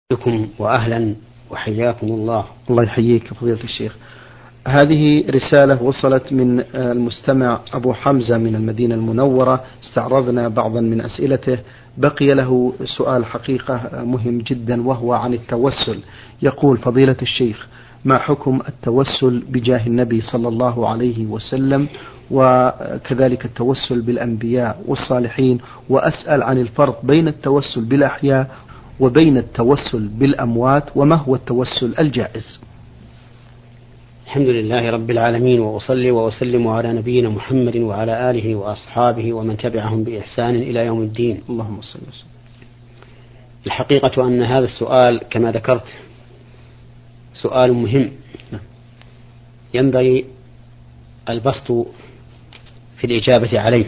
بكم وأهلا وحياكم الله. الله يحييك فضيلة الشيخ. هذه رسالة وصلت من المستمع أبو حمزة من المدينة المنورة، استعرضنا بعضا من أسئلته، بقي له سؤال حقيقة مهم جدا وهو عن التوسل. يقول: فضيلة الشيخ، ما حكم التوسل بجاه النبي صلى الله عليه وسلم وكذلك التوسل بالأنبياء والصالحين؟ وأسأل عن الفرق بين التوسل بالأحياء وبين التوسل بالأموات، وما هو التوسل الجائز؟ الحمد لله رب العالمين، وأصلي وأسلم على نبينا محمد وعلى آله وأصحابه ومن تبعهم بإحسان إلى يوم الدين. اللهم صل وسلم. الحقيقة أن هذا السؤال كما ذكرت سؤال مهم ينبغي البسط في الإجابة عليه،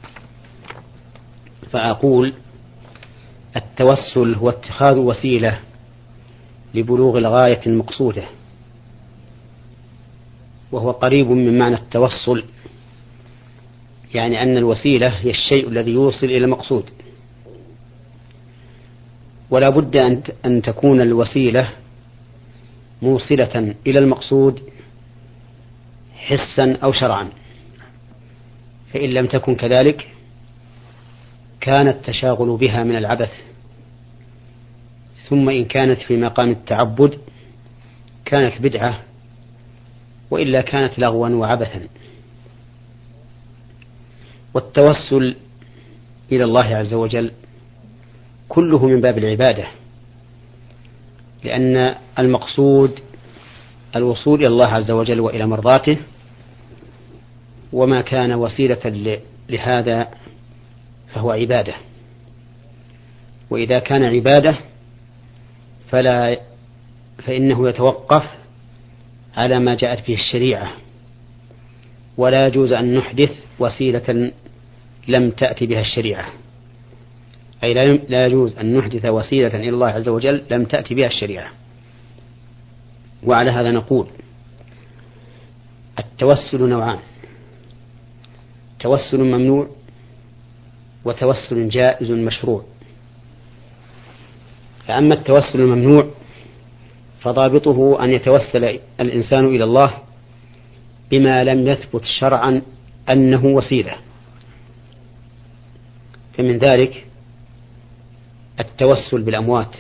فأقول: التوسل هو اتخاذ وسيلة لبلوغ الغاية المقصودة، وهو قريب من معنى التوصل، يعني أن الوسيلة هي الشيء الذي يوصل إلى المقصود، ولا بد أن تكون الوسيلة موصلة إلى المقصود حسا أو شرعا، فإن لم تكن كذلك كان التشاغل بها من العبث، ثم إن كانت في مقام التعبد كانت بدعة، وإلا كانت لغوا وعبثا. والتوسل إلى الله عز وجل كله من باب العبادة، لأن المقصود الوصول إلى الله عز وجل وإلى مرضاته، وما كان وسيلة لهذا فهو عبادة، وإذا كان عبادة فإنه يتوقف على ما جاءت به الشريعة، ولا يجوز أن نحدث وسيلة لم تأتي بها الشريعة، أي لا يجوز أن نحدث وسيلة إلى الله عز وجل لم تأتي بها الشريعة. وعلى هذا نقول: التوسل نوعان: توسل ممنوع وتوسل جائز مشروع. فأما التوسل الممنوع فضابطه أن يتوسل الإنسان إلى الله بما لم يثبت شرعا أنه وسيلة، فمن ذلك التوسل بالأموات،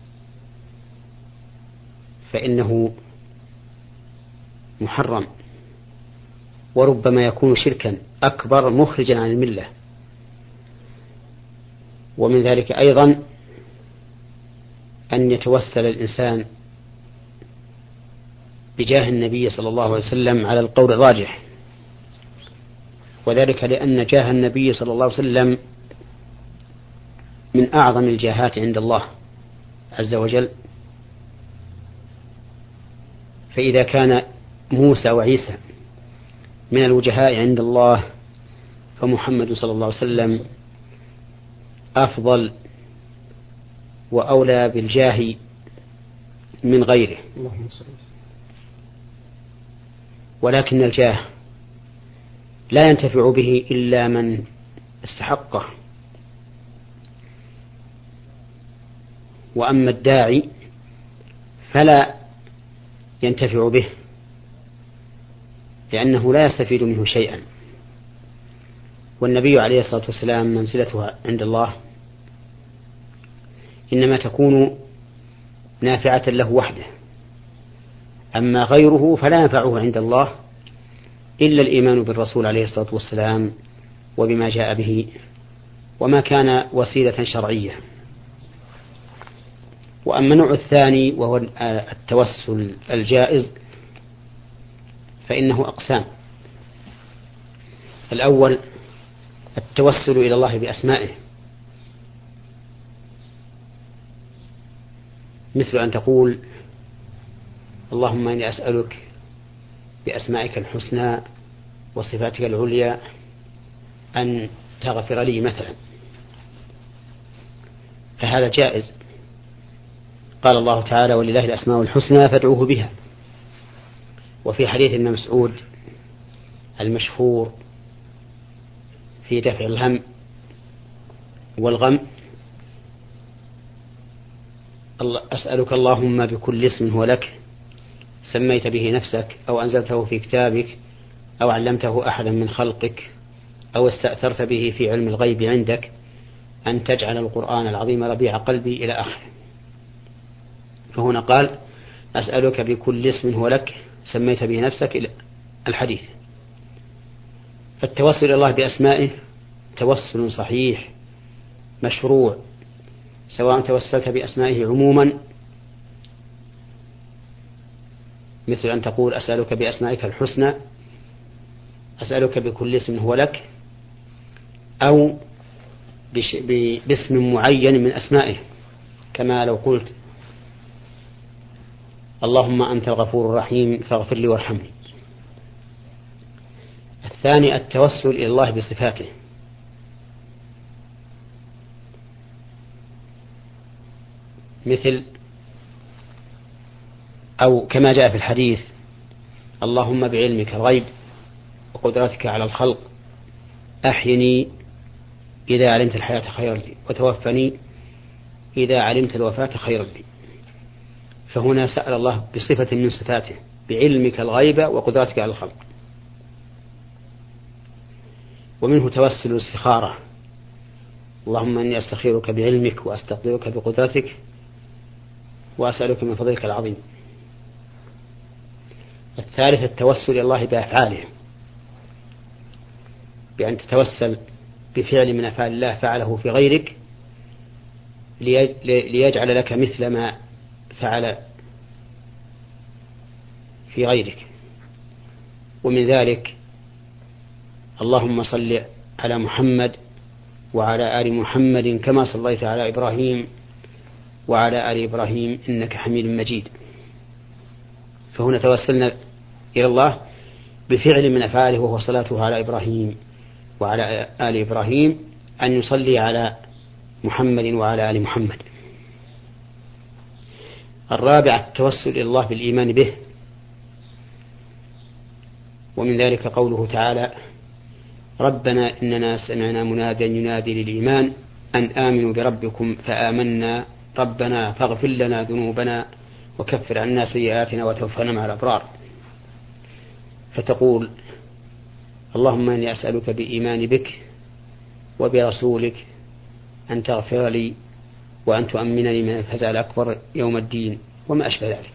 فإنه محرم وربما يكون شركا أكبر مخرجا عن الملة. ومن ذلك أيضا أن يتوسل الإنسان بجاه النبي صلى الله عليه وسلم على القول الراجح، وذلك لأن جاه النبي صلى الله عليه وسلم من أعظم الجاهات عند الله عز وجل. فإذا كان موسى وعيسى من الوجهاء عند الله فمحمد صلى الله عليه وسلم أفضل وأولى بالجاه من غيره. ولكن الجاه لا ينتفع به إلا من استحقه، وأما الداعي فلا ينتفع به لأنه لا يستفيد منه شيئا. والنبي عليه الصلاة والسلام منزلته عند الله إنما تكون نافعة له وحده، أما غيره فلا ينفعه عند الله إلا الإيمان بالرسول عليه الصلاة والسلام وبما جاء به، وما كان وسيلة شرعية. وأما النوع الثاني وهو التوسل الجائز فإنه أقسام: الأول التوسل إلى الله بأسمائه، مثل أن تقول: اللهم إني أسألك بأسمائك الحسنى وصفاتك العليا أن تغفر لي مثلا، فهذا جائز. قال الله تعالى: ولله الأسماء الحسنى فادعوه بها. وفي حديث ابن مسعود المشهور في دفع الهم والغم أسألك اللهم بكل اسم هو لك سميت به نفسك أو أنزلته في كتابك أو علمته أحدا من خلقك أو استأثرت به في علم الغيب عندك أن تجعل القرآن العظيم ربيع قلبي إلى آخره. فهنا قال أسألك بكل اسم هو لك سميت به نفسك إلى الحديث. فالتوسل إلى الله بأسمائه توسل صحيح مشروع، سواء توسلت بأسمائه عموما مثل أن تقول أسألك بأسمائك الحسنى، أسألك بكل اسم هو لك، أو باسم معين من أسمائه، كما لو قلت اللهم أنت الغفور الرحيم فاغفر لي وارحمني. الثاني التوسل إلى الله بصفاته، مثل أو كما جاء في الحديث اللهم بعلمك الغيب وقدرتك على الخلق أحيني إذا علمت الحياة خيرا لي وتوفني إذا علمت الوفاة خيرا لي. فهنا سأل الله بصفة من صفاته بعلمك الغيب وقدرتك على الخلق. ومنه توسل الاستخارة، اللهم إني أستخيرك بعلمك وأستقدرك بقدرتك وأسألك من فضلك العظيم. الثالث التوسل إلى الله بأفعاله، بأن تتوسل بفعل من أفعال الله فعله في غيرك ليجعل لك مثل ما فعل في غيرك. ومن ذلك اللهم صل على محمد وعلى آل محمد كما صليت على إبراهيم وعلى آل إبراهيم إنك حميد مجيد. فهنا توسلنا إلى الله بفعل من أفعاله وهو صلاته على إبراهيم وعلى آل إبراهيم أن يصلي على محمد وعلى آل محمد. الرابع التوسل إلى الله بالإيمان به، ومن ذلك قوله تعالى ربنا إننا سمعنا مناديا ينادي للإيمان أن آمنوا بربكم فآمنا ربنا فاغفر لنا ذنوبنا وكفر عنا سيئاتنا وتوفنا مع الأبرار. فتقول اللهم إني أسألك بإيمان بك وبرسولك أن تغفر لي وأن تؤمنني من الفزع الأكبر يوم الدين وما أشبه ذلك.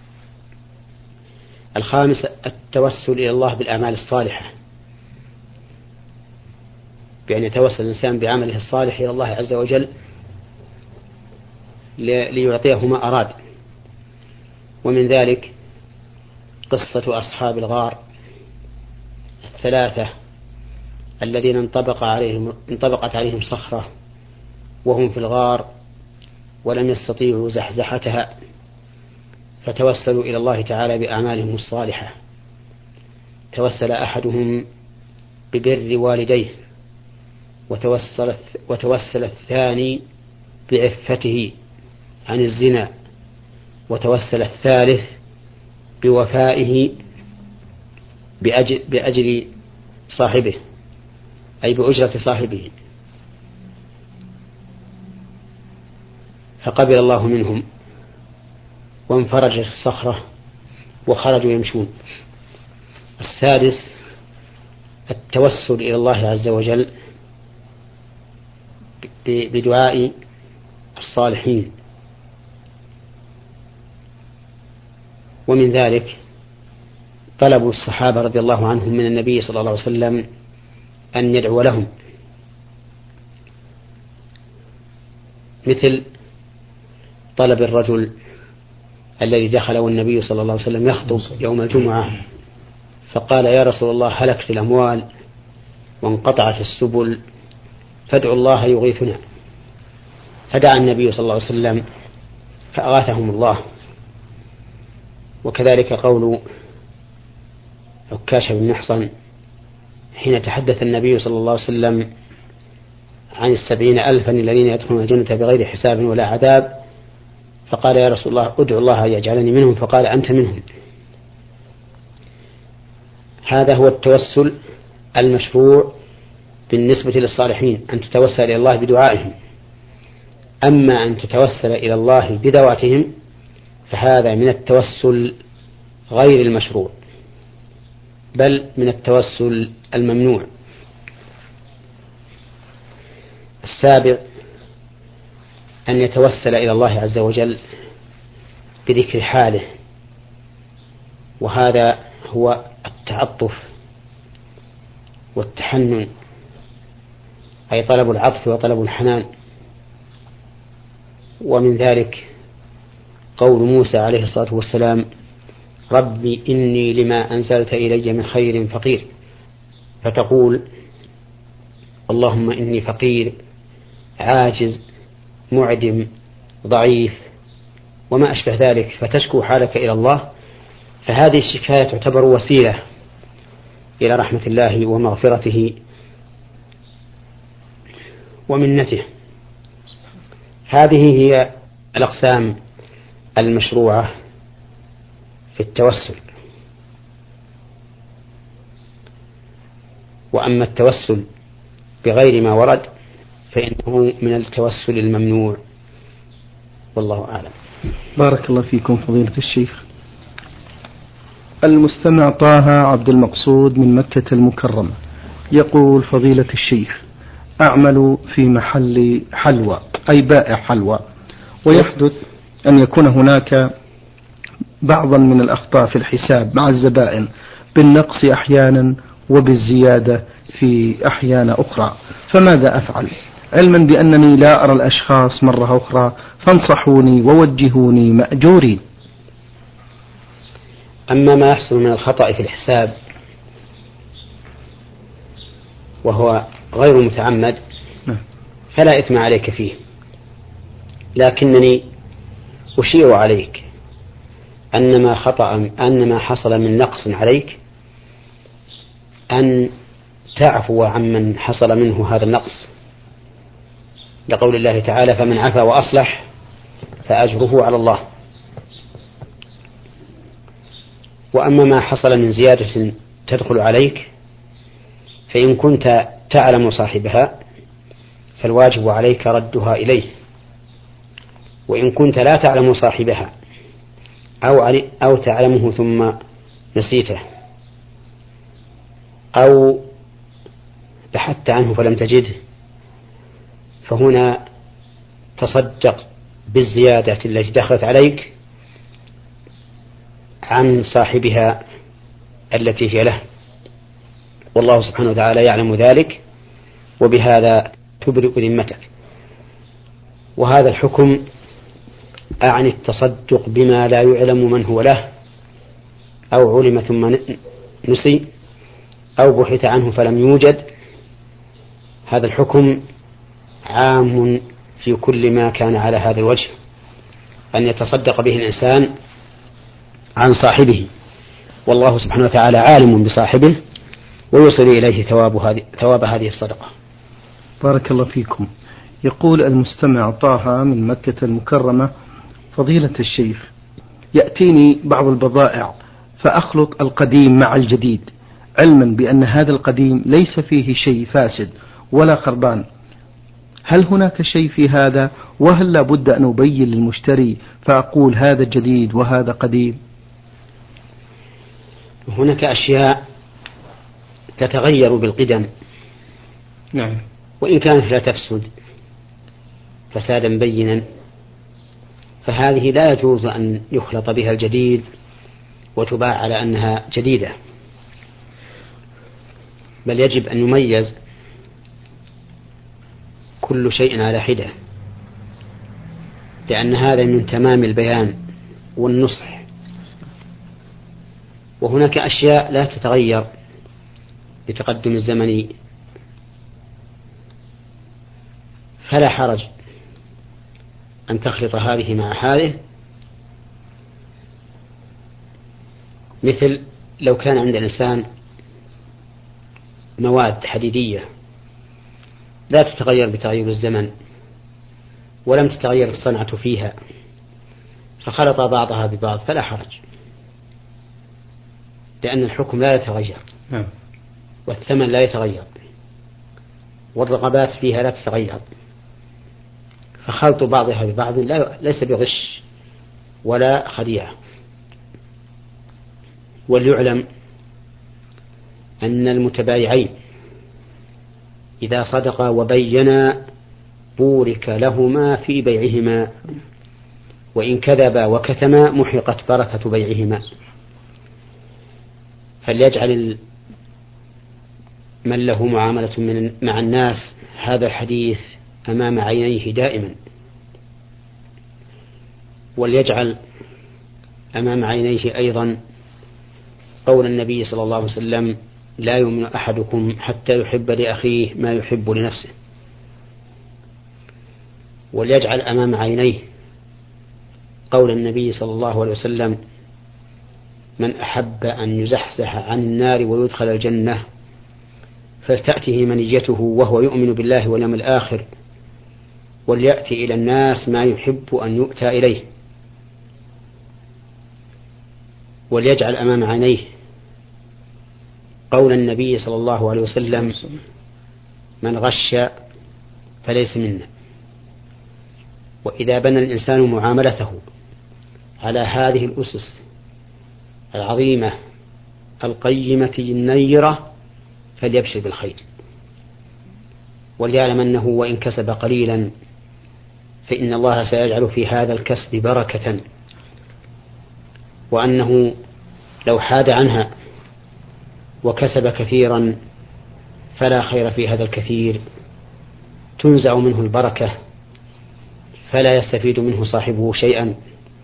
الخامس التوسل إلى الله بالأعمال الصالحة، بأن يتوسل الإنسان بعمله الصالح إلى الله عز وجل ليعطيه ما أراد. ومن ذلك قصة أصحاب الغار الثلاثة الذين انطبقت عليهم صخرة وهم في الغار ولم يستطيعوا زحزحتها، فتوسلوا إلى الله تعالى بأعمالهم الصالحة. توسل أحدهم ببر والديه، وتوسل الثاني بعفته عن الزنا، وتوسل الثالث بوفائه بأجر صاحبه أي بأجرة صاحبه، فقبل الله منهم وانفرجت الصخرة وخرجوا يمشون. السادس التوسل إلى الله عز وجل بدعاء الصالحين، ومن ذلك طلب الصحابة رضي الله عنهم من النبي صلى الله عليه وسلم أن يدعو لهم، مثل طلب الرجل الذي دخل والنبي صلى الله عليه وسلم يخطب يوم الجمعة فقال يا رسول الله هلكت الأموال وانقطعت السبل فادعوا الله يغيثنا، فدعا النبي صلى الله عليه وسلم فأغاثهم الله. وكذلك قول عكاشة بن محصن حين تحدث النبي صلى الله عليه وسلم عن 70,000 الذين يدخلون الجنة بغير حساب ولا عذاب، فقال يا رسول الله ادعو الله يجعلني منهم، فقال أنت منهم. هذا هو التوسل المشروع بالنسبة للصالحين، أن تتوسل إلى الله بدعائهم. أما أن تتوسل إلى الله بذواتهم فهذا من التوسل غير المشروع، بل من التوسل الممنوع. السابع أن يتوسل إلى الله عز وجل بذكر حاله، وهذا هو التعطف والتحنن، أي طلب العطف وطلب الحنان. ومن ذلك قول موسى عليه الصلاة والسلام: ربي إني لما أنزلت إلي من خير فقير، فتقول: اللهم إني فقير عاجز معدم ضعيف وما أشبه ذلك، فتشكو حالك إلى الله. فهذه الشكاية تعتبر وسيلة إلى رحمة الله ومغفرته ومنته. هذه هي الأقسام المشروعة في التوسل. وأما التوسل بغير ما ورد فإنه من التوسل الممنوع، والله أعلم. بارك الله فيكم فضيلة الشيخ. المستمع طه عبد المقصود من مكة المكرمة يقول: فضيلة الشيخ، أعمل في محل حلوى، أي بائع حلوى، ويحدث أن يكون هناك بعضا من الأخطاء في الحساب مع الزبائن، بالنقص أحيانا وبالزيادة في أحيان أخرى، فماذا أفعل؟ علما بأنني لا أرى الأشخاص مرة أخرى، فانصحوني ووجهوني مأجورين. أما ما يحصل من الخطأ في الحساب وهو غير متعمد فلا إثم عليك فيه، لكنني أشير عليك أن ما حصل من نقص عليك أن تعفو عمن حصل منه هذا النقص، لقول الله تعالى: فمن عفا وأصلح فأجره على الله. وأما ما حصل من زيادة تدخل عليك فإن كنت تعلم صاحبها فالواجب عليك ردها إليه، وإن كنت لا تعلم صاحبها أو تعلمه ثم نسيته أو بحثت عنه فلم تجده، فهنا تصدق بالزيادة التي دخلت عليك عن صاحبها التي هي له، والله سبحانه وتعالى يعلم ذلك، وبهذا تبرئ ذمتك. وهذا الحكم عن التصدق بما لا يعلم من هو له، أو علم ثم نسي، أو بحث عنه فلم يوجد. هذا الحكم عام في كل ما كان على هذا الوجه، أن يتصدق به الإنسان عن صاحبه، والله سبحانه وتعالى عالم بصاحبه ويوصل إليه ثواب هذه الصدقة. بارك الله فيكم. يقول المستمع طه من مكة المكرمة: فضيلة الشيخ، يأتيني بعض البضائع فأخلط القديم مع الجديد، علما بأن هذا القديم ليس فيه شيء فاسد ولا خربان، هل هناك شيء في هذا؟ وهل لا بد أن أبين للمشتري فأقول هذا جديد وهذا قديم؟ هناك أشياء تتغير بالقدم، نعم، وإن كانت لا تفسد فسادا بينا، فهذه لا يجوز أن يخلط بها الجديد وتباع على أنها جديدة، بل يجب أن يميز كل شيء على حدة، لأن هذا من تمام البيان والنصح. وهناك أشياء لا تتغير بتقدم الزمن فلا حرج أن تخلط هذه مع هذه، مثل لو كان عند الإنسان مواد حديدية لا تتغير بتغير الزمن ولم تتغير الصنعة فيها، فخلط بعضها ببعض فلا حرج، لأن الحكم لا يتغير والثمن لا يتغير والرغبات فيها لا تتغير، فخلط بعضها ببعض ليس بغش ولا خديعة. وليعلم أن المتبايعين إذا صدقا وبينا بورك لهما في بيعهما، وإن كذبا وكتما محقت بركة بيعهما. فليجعل من له معاملة مع الناس هذا الحديث أمام عينيه دائما، وليجعل أمام عينيه أيضا قول النبي صلى الله عليه وسلم: لا يؤمن أحدكم حتى يحب لأخيه ما يحب لنفسه. وليجعل أمام عينيه قول النبي صلى الله عليه وسلم: من أحب أن يزحزح عن النار ويدخل الجنة فلتأته منيته وهو يؤمن بالله واليوم الآخر وليأتي إلى الناس ما يحب أن يؤتى إليه. وليجعل أمام عينيه قول النبي صلى الله عليه وسلم: من غش فليس منا. وإذا بنى الإنسان معاملته على هذه الأسس العظيمة القيمة النيرة فليبشر بالخير، وليعلم أنه وإن كسب قليلا فإن الله سيجعل في هذا الكسب بركة، وأنه لو حاد عنها وكسب كثيرا فلا خير في هذا الكثير، تنزع منه البركة فلا يستفيد منه صاحبه شيئا،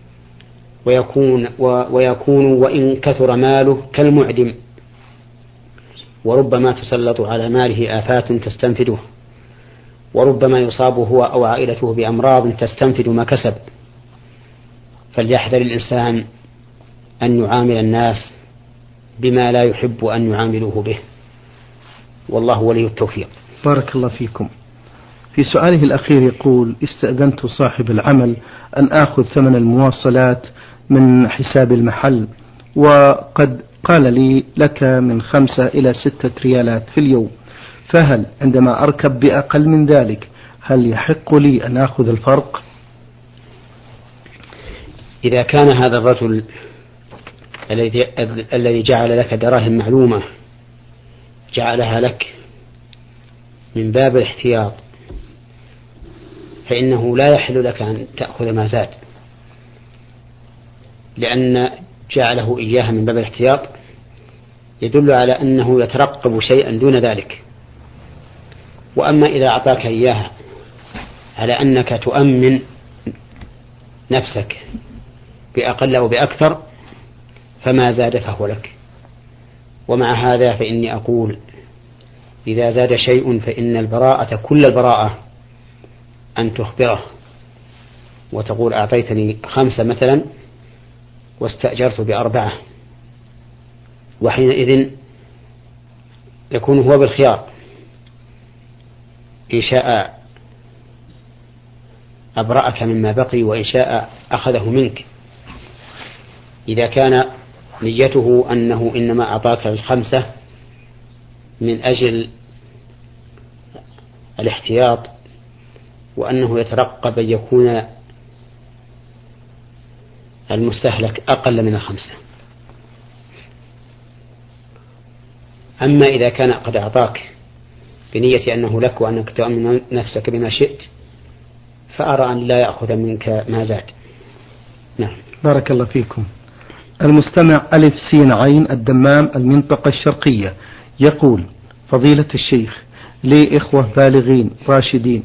ويكون وإن كثر ماله كالمعدم، وربما تسلط على ماله آفات تستنفده، وربما يصاب هو أو عائلته بأمراض تستنفد ما كسب. فليحذر الإنسان أن يعامل الناس بما لا يحب أن يعاملوه به، والله ولي التوفيق. بارك الله فيكم. في سؤاله الأخير يقول: استأذنت صاحب العمل أن آخذ ثمن المواصلات من حساب المحل، وقد قال لي لك من 5 إلى 6 ريالات في اليوم، فهل عندما أركب بأقل من ذلك هل يحق لي أن آخذ الفرق؟ إذا كان هذا الرجل الذي جعل لك دراهم معلومة جعلها لك من باب الاحتياط، فإنه لا يحل لك أن تأخذ ما زاد، لأن جعله إياها من باب الاحتياط يدل على أنه يترقب شيئا دون ذلك. وأما إذا أعطاك إياها على أنك تؤمن نفسك بأقل أو بأكثر فما زاد فهو لك. ومع هذا فإني أقول: إذا زاد شيء فإن البراءة كل البراءة أن تخبره وتقول: أعطيتني 5 مثلا واستأجرت ب4، وحينئذ يكون هو بالخيار، إن شاء أبرأك مما بقي وإن شاء أخذه منك. إذا كان نيته أنه إنما أعطاك 5 من أجل الاحتياط وأنه يترقب أن يكون المستهلك أقل من 5. أما إذا كان قد أعطاك بنية أنه لك وأنك تؤمن نفسك بما شئت فأرى أن لا يأخذ منك ما زاد. نعم. بارك الله فيكم. المستمع ألف سين عين الدمام المنطقة الشرقية يقول: فضيلة الشيخ، لي إخوة بالغين راشدين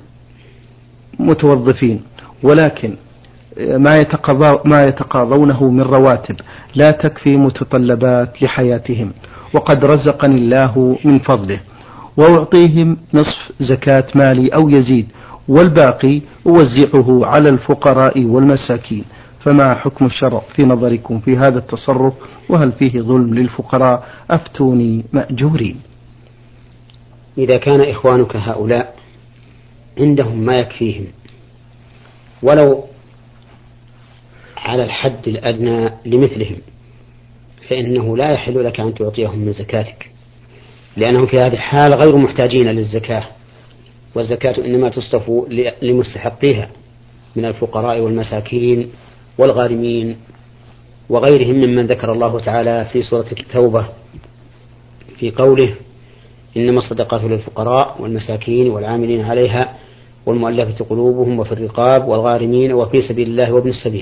متوظفين، ولكن ما يتقاضونه من رواتب لا تكفي متطلبات لحياتهم، وقد رزقني الله من فضله، وأعطيهم نصف زكاة مالي أو يزيد، والباقي أوزعه على الفقراء والمساكين، فما حكم الشرع في نظركم في هذا التصرف؟ وهل فيه ظلم للفقراء؟ أفتوني مأجورين. إذا كان إخوانك هؤلاء عندهم ما يكفيهم ولو على الحد الأدنى لمثلهم فإنه لا يحل لك أن تعطيهم من زكاتك، لأنهم في هذه الحال غير محتاجين للزكاة، والزكاة إنما تصرف لمستحقيها من الفقراء والمساكين والغارمين وغيرهم ممن ذكر الله تعالى في سورة التوبة في قوله إنما الصدقات للفقراء والمساكين والعاملين عليها والمؤلفة قلوبهم وفي الرقاب والغارمين وفي سبيل الله وابن السبيل.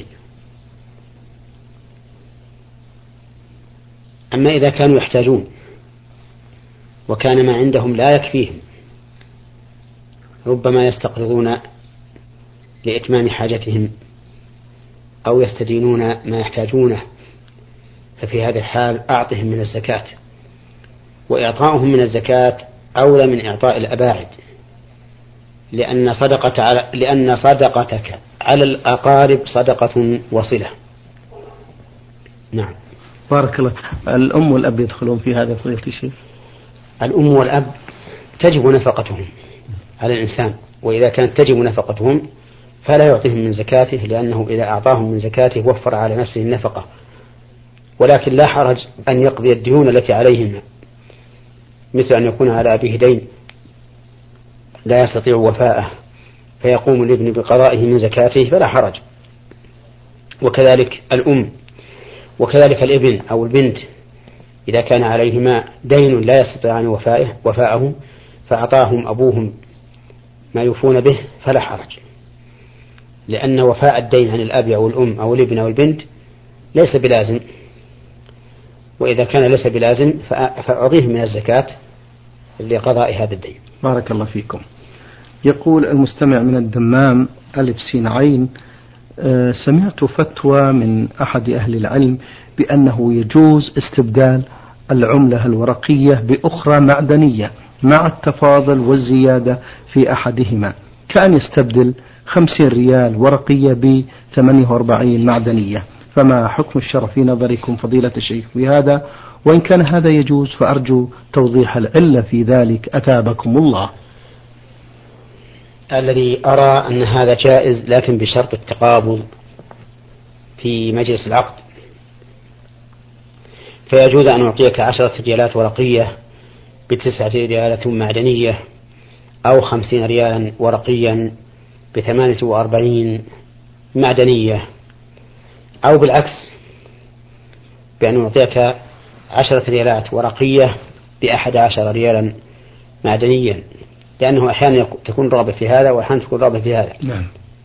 أما إذا كانوا يحتاجون وكان ما عندهم لا يكفيهم، ربما يستقرضون لإتمام حاجتهم أو يستدينون ما يحتاجونه، ففي هذا الحال أعطهم من الزكاة، وإعطاؤهم من الزكاة أولى من إعطاء الأباعد، لأن صدقتك على الأقارب صدقة وصلة. نعم. بارك الله. الأم والأب يدخلون في هذا فضيلة الشيخ؟ الأم والأب تجب نفقتهم على الإنسان، وإذا كانت تجب نفقتهم فلا يعطيهم من زكاته، لأنه إذا أعطاهم من زكاته وفر على نفسه النفقة، ولكن لا حرج أن يقضي الديون التي عليهم، مثل أن يكون على أبيه دين لا يستطيع وفاءه فيقوم الابن بقضائه من زكاته فلا حرج، وكذلك الأم، وكذلك الابن أو البنت إذا كان عليهما دين لا يستطيعان وفاءه فأعطاهم أبوهم ما يوفون به فلا حرج، لأن وفاء الدين عن الأب أو الأم أو الابن أو البنت ليس بلازم، وإذا كان ليس بلازم فأعطيهم من الزكاة لقضاء هذا الدين. بارك الله فيكم. يقول المستمع من الدمام ألف سين عين: سمعت فتوى من أحد أهل العلم بأنه يجوز استبدال العملة الورقية بأخرى معدنية مع التفاضل والزيادة في أحدهما، كأن يستبدل 50 ريال ورقية ب 48 معدنية، فما حكم الشرع في نظركم فضيلة الشيخ في هذا؟ وإن كان هذا يجوز فأرجو توضيح العلة في ذلك أثابكم الله. الذي أرى أن هذا جائز، لكن بشرط التقابض في مجلس العقد، فيجوز أن أعطيك 10 ريالات ورقية ب9 ريالات معدنية، أو 50 ريالا ورقيا ب48 معدنية، أو بالعكس بأن أعطيك 10 ريالات ورقية ب11 ريالا معدنيا، لأنه أحيانا تكون رغبة في هذا وأحيانا تكون رغبة في هذا. نعم.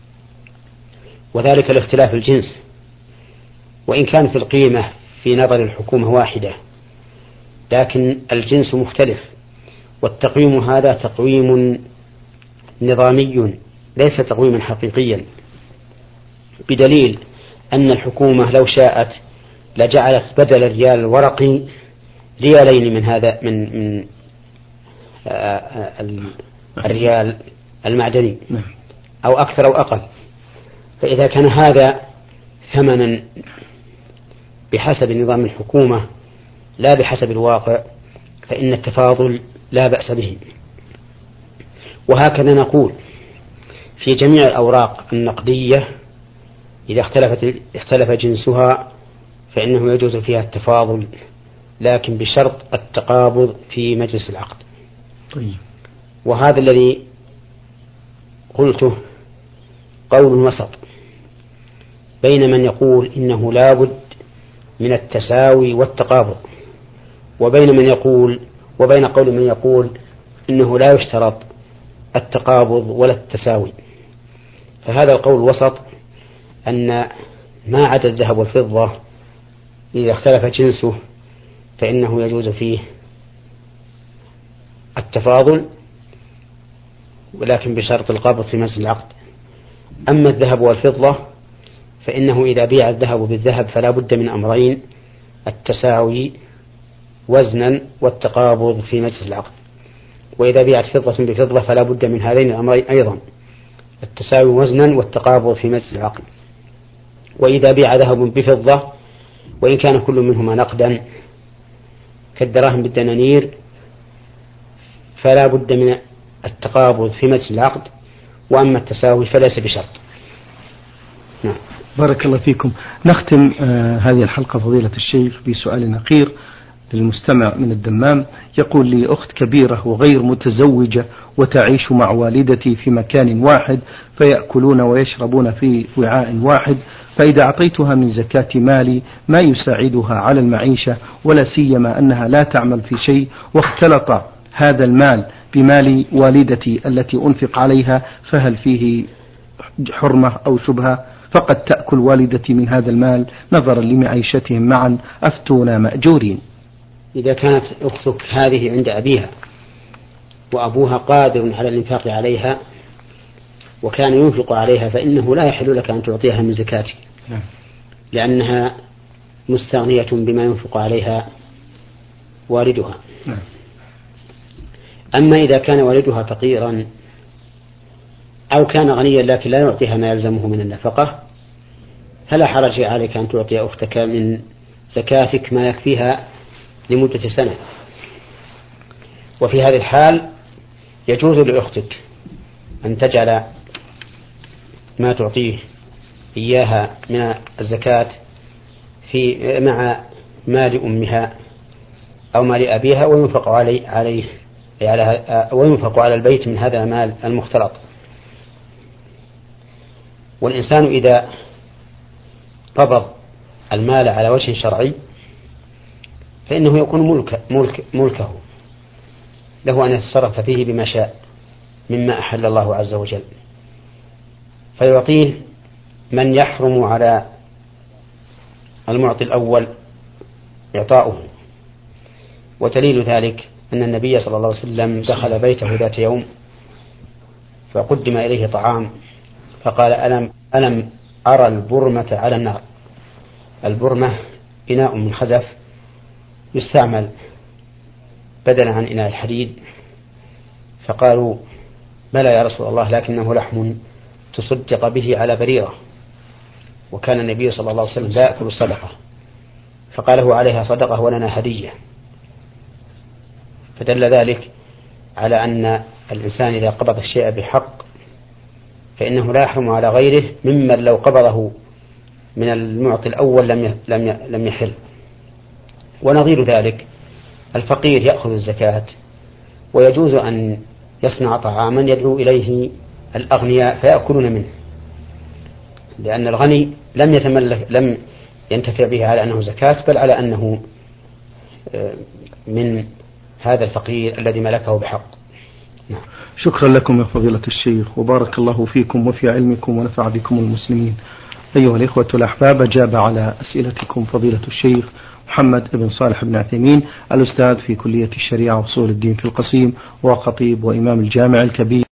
وذلك لاختلاف الجنس، وإن كانت القيمة في نظر الحكومة واحدة لكن الجنس مختلف، والتقويم هذا تقويم نظامي ليس تقويما حقيقيا، بدليل أن الحكومة لو شاءت لجعلت بدل الريال الورقي ريالين من هذا من الريال المعدني، أو أكثر أو أقل. فإذا كان هذا ثمنا بحسب نظام الحكومة لا بحسب الواقع فإن التفاضل لا بأس به. وهكذا نقول في جميع الأوراق النقدية إذا اختلف جنسها فإنه يجوز فيها التفاضل، لكن بشرط التقابض في مجلس العقد. طيب. وهذا الذي قلته قول وسط بين من يقول إنه لا بد من التساوي والتقابض، وبين قول من يقول إنه لا يشترط التقابض ولا التساوي. فهذا القول الوسط أن ما عدا الذهب والفضة إذا اختلف جنسه فإنه يجوز فيه التفاضل، ولكن بشرط القبض في مجلس العقد. أما الذهب والفضة فإنه إذا بيع الذهب بالذهب فلا بد من أمرين: التساوي وزنا والتقابض في مجلس العقد. وإذا بيعت فضة بفضة فلا بد من هذين الأمرين أيضا: التساوي وزنا والتقابض في مجلس العقد. وإذا بيع ذهب بفضة وإن كان كل منهما نقدا كالدراهم بالدنانير فلا بد من التقابض في مجلس العقد، وأما التساوي فليس بشرط. نعم. بارك الله فيكم. نختم هذه الحلقة فضيلة الشيخ بسؤال أخير للمستمع من الدمام، يقول لي أخت كبيرة وغير متزوجة وتعيش مع والدتي في مكان واحد، فيأكلون ويشربون في وعاء واحد، فإذا أعطيتها من زكاة مالي ما يساعدها على المعيشة، ولا سيما أنها لا تعمل في شيء، واختلط هذا المال بمال والدتي التي أنفق عليها، فهل فيه حرمة أو شبهة؟ فقد تأكل والدتي من هذا المال نظرا لمعيشتهم معا، أفتونا مأجورين. إذا كانت أختك هذه عند أبيها وأبوها قادر على الإنفاق عليها وكان ينفق عليها، فإنه لا يحل لك أن تعطيها من زكاتك، لأنها مستغنية بما ينفق عليها والدها. أما إذا كان والدها فقيرا أو كان غنيا لكن لا يعطيها ما يلزمه من النفقة، فلا حرج عليك أن تعطي أختك من زكاتك ما يكفيها لمدة سنة. وفي هذه الحال يجوز لأختك أن تجعل ما تعطيه إياها من الزكاة مع مال أمها أو مال أبيها، وينفق عليه وينفق على البيت من هذا المال المختلط. والإنسان إذا قبض المال على وجه شرعي فإنه يكون ملكه، له أن يتصرف فيه بما شاء مما أحل الله عز وجل، فيعطيه من يحرم على المعطي الأول إعطاؤه. ودليل ذلك أن النبي صلى الله عليه وسلم دخل بيته ذات يوم فقدم إليه طعام فقال: ألم أرى البرمة على النار. البرمة إناء من خزف يستعمل بدلا عن إناء الحديد. فقالوا: بلى يا رسول الله، لكنه لحم تصدق به على بريرة، وكان النبي صلى الله عليه وسلم لا يأكل الصدقة. فقال: هو عليها صدقة ولنا هدية. فدل ذلك على أن الإنسان إذا قبض الشيء بحق فإنه لا يحرم على غيره ممن لو قبضه من المعطي الأول لم يحل. ونظير ذلك الفقير يأخذ الزكاة، ويجوز أن يصنع طعاما يدعو إليه الأغنياء فيأكلون منه، لأن الغني لم ينتفع به على أنه زكاة، بل على أنه من هذا الفقير الذي ملكه بحق. نعم. شكرا لكم يا فضيلة الشيخ، وبارك الله فيكم وفي علمكم ونفع بكم المسلمين. أيها الإخوة الأحباب، أجاب على أسئلتكم فضيلة الشيخ محمد بن صالح بن عثيمين، الأستاذ في كلية الشريعة وأصول الدين في القصيم، وخطيب وإمام الجامع الكبير.